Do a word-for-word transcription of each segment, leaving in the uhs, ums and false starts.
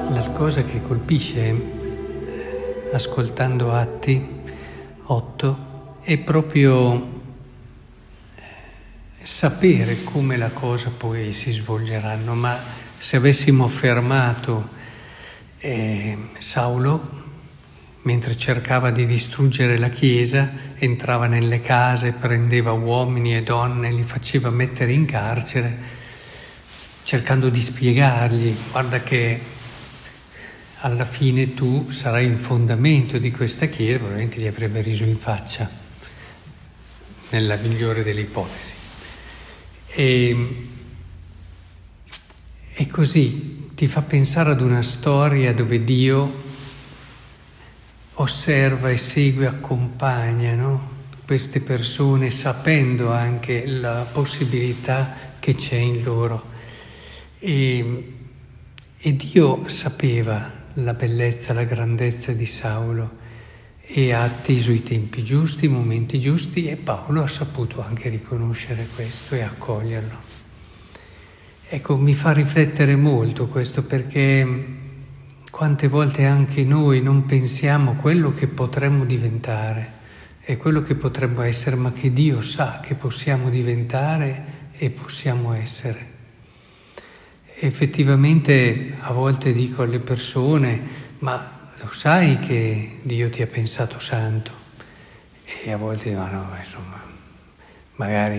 La cosa che colpisce, ascoltando Atti otto, è proprio sapere come la cosa poi si svolgeranno. Ma se avessimo fermato eh, Saulo, mentre cercava di distruggere la Chiesa, entrava nelle case, prendeva uomini e donne, li faceva mettere in carcere, cercando di spiegargli: guarda che alla fine tu sarai il fondamento di questa Chiesa. Probabilmente gli avrebbe riso in faccia, nella migliore delle ipotesi. E, e così ti fa pensare ad una storia dove Dio osserva e segue, accompagna, no? Queste persone, sapendo anche la possibilità che c'è in loro. E, e Dio sapeva la bellezza, la grandezza di Saulo e ha atteso i tempi giusti, i momenti giusti, e Paolo ha saputo anche riconoscere questo e accoglierlo. Ecco, mi fa riflettere molto questo, perché quante volte anche noi non pensiamo quello che potremmo diventare e quello che potremmo essere, ma che Dio sa che possiamo diventare e possiamo essere. Effettivamente a volte dico alle persone: ma lo sai che Dio ti ha pensato santo? E a volte dico: ma no, insomma, magari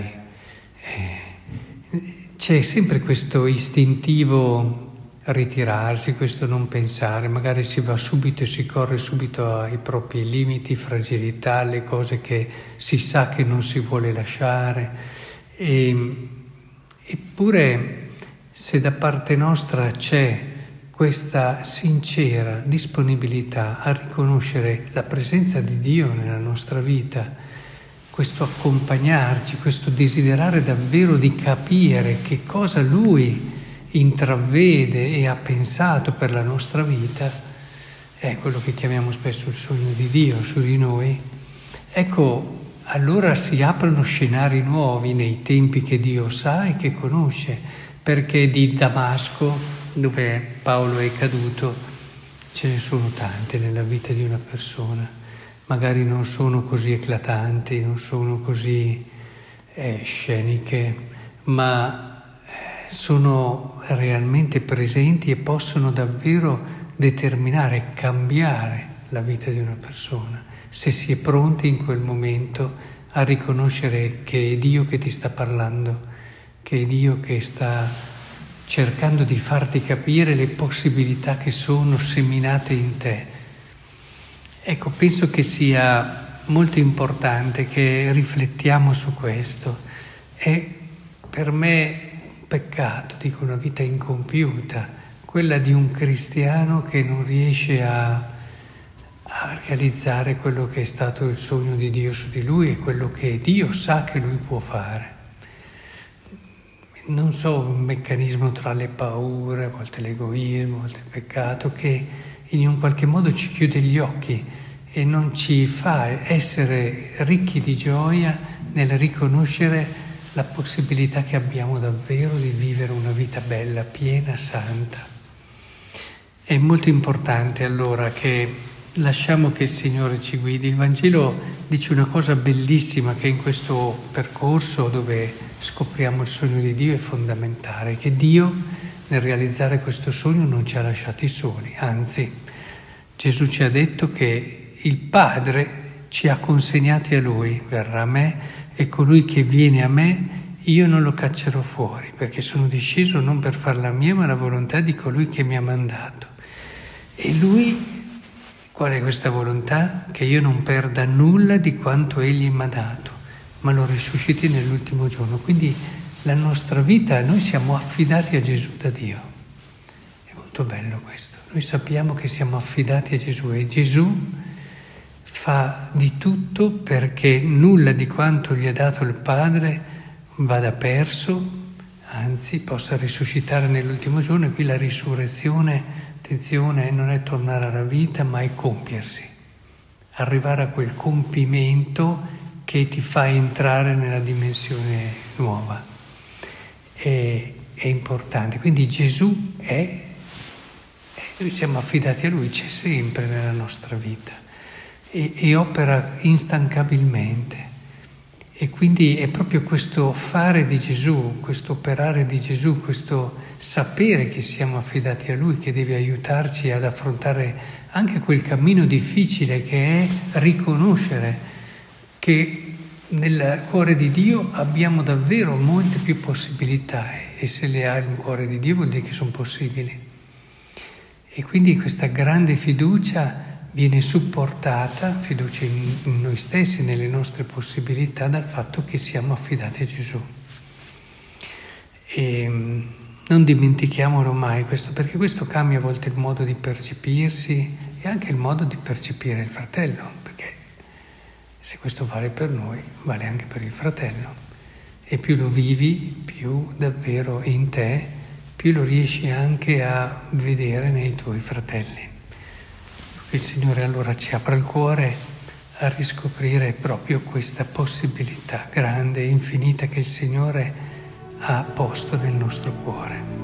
eh, c'è sempre questo istintivo ritirarsi, questo non pensare, magari si va subito e si corre subito ai propri limiti, fragilità, le cose che si sa che non si vuole lasciare. E, eppure, se da parte nostra c'è questa sincera disponibilità a riconoscere la presenza di Dio nella nostra vita, questo accompagnarci, questo desiderare davvero di capire che cosa Lui intravede e ha pensato per la nostra vita, è quello che chiamiamo spesso il sogno di Dio su di noi. Ecco, allora si aprono scenari nuovi nei tempi che Dio sa e che conosce. Perché di Damasco, dove Paolo è caduto, ce ne sono tante nella vita di una persona. Magari non sono così eclatanti, non sono così eh, sceniche, ma eh, sono realmente presenti e possono davvero determinare, cambiare la vita di una persona, se si è pronti in quel momento a riconoscere che è Dio che ti sta parlando, che è Dio che sta cercando di farti capire le possibilità che sono seminate in te. Ecco, penso che sia molto importante che riflettiamo su questo. È per me un peccato, dico una vita incompiuta, quella di un cristiano che non riesce a, a realizzare quello che è stato il sogno di Dio su di lui e quello che Dio sa che lui può fare. Non so, un meccanismo tra le paure, a volte l'egoismo, a volte il peccato, che in un qualche modo ci chiude gli occhi e non ci fa essere ricchi di gioia nel riconoscere la possibilità che abbiamo davvero di vivere una vita bella, piena, santa. È molto importante allora che lasciamo che il Signore ci guidi. Il Vangelo dice una cosa bellissima che in questo percorso dove scopriamo il sogno di Dio è fondamentale, che Dio nel realizzare questo sogno non ci ha lasciati soli, anzi Gesù ci ha detto che il Padre ci ha consegnati a Lui, verrà a me e colui che viene a me io non lo caccerò fuori, perché sono disceso non per far la mia ma la volontà di colui che mi ha mandato. E Lui, qual è questa volontà? Che io non perda nulla di quanto Egli mi ha dato, ma lo risusciti nell'ultimo giorno. Quindi la nostra vita, noi siamo affidati a Gesù da Dio. È molto bello questo. Noi sappiamo che siamo affidati a Gesù e Gesù fa di tutto perché nulla di quanto gli ha dato il Padre vada perso, anzi possa risuscitare nell'ultimo giorno. E qui la risurrezione, attenzione, non è tornare alla vita, ma è compiersi, arrivare a quel compimento che ti fa entrare nella dimensione nuova. È, è importante. Quindi Gesù è, è Noi siamo affidati a Lui, c'è sempre nella nostra vita e, e opera instancabilmente. E quindi è proprio questo fare di Gesù, questo operare di Gesù, questo sapere che siamo affidati a Lui che deve aiutarci ad affrontare anche quel cammino difficile che è riconoscere che nel cuore di Dio abbiamo davvero molte più possibilità e se le ha nel cuore di Dio vuol dire che sono possibili. E quindi questa grande fiducia viene supportata, fiducia in noi stessi, nelle nostre possibilità, dal fatto che siamo affidati a Gesù. E non dimentichiamolo mai questo, perché questo cambia a volte il modo di percepirsi e anche il modo di percepire il fratello, perché se questo vale per noi, vale anche per il fratello. E più lo vivi, più davvero in te, più lo riesci anche a vedere nei tuoi fratelli. Il Signore allora ci apra il cuore a riscoprire proprio questa possibilità grande e infinita che il Signore ha posto nel nostro cuore.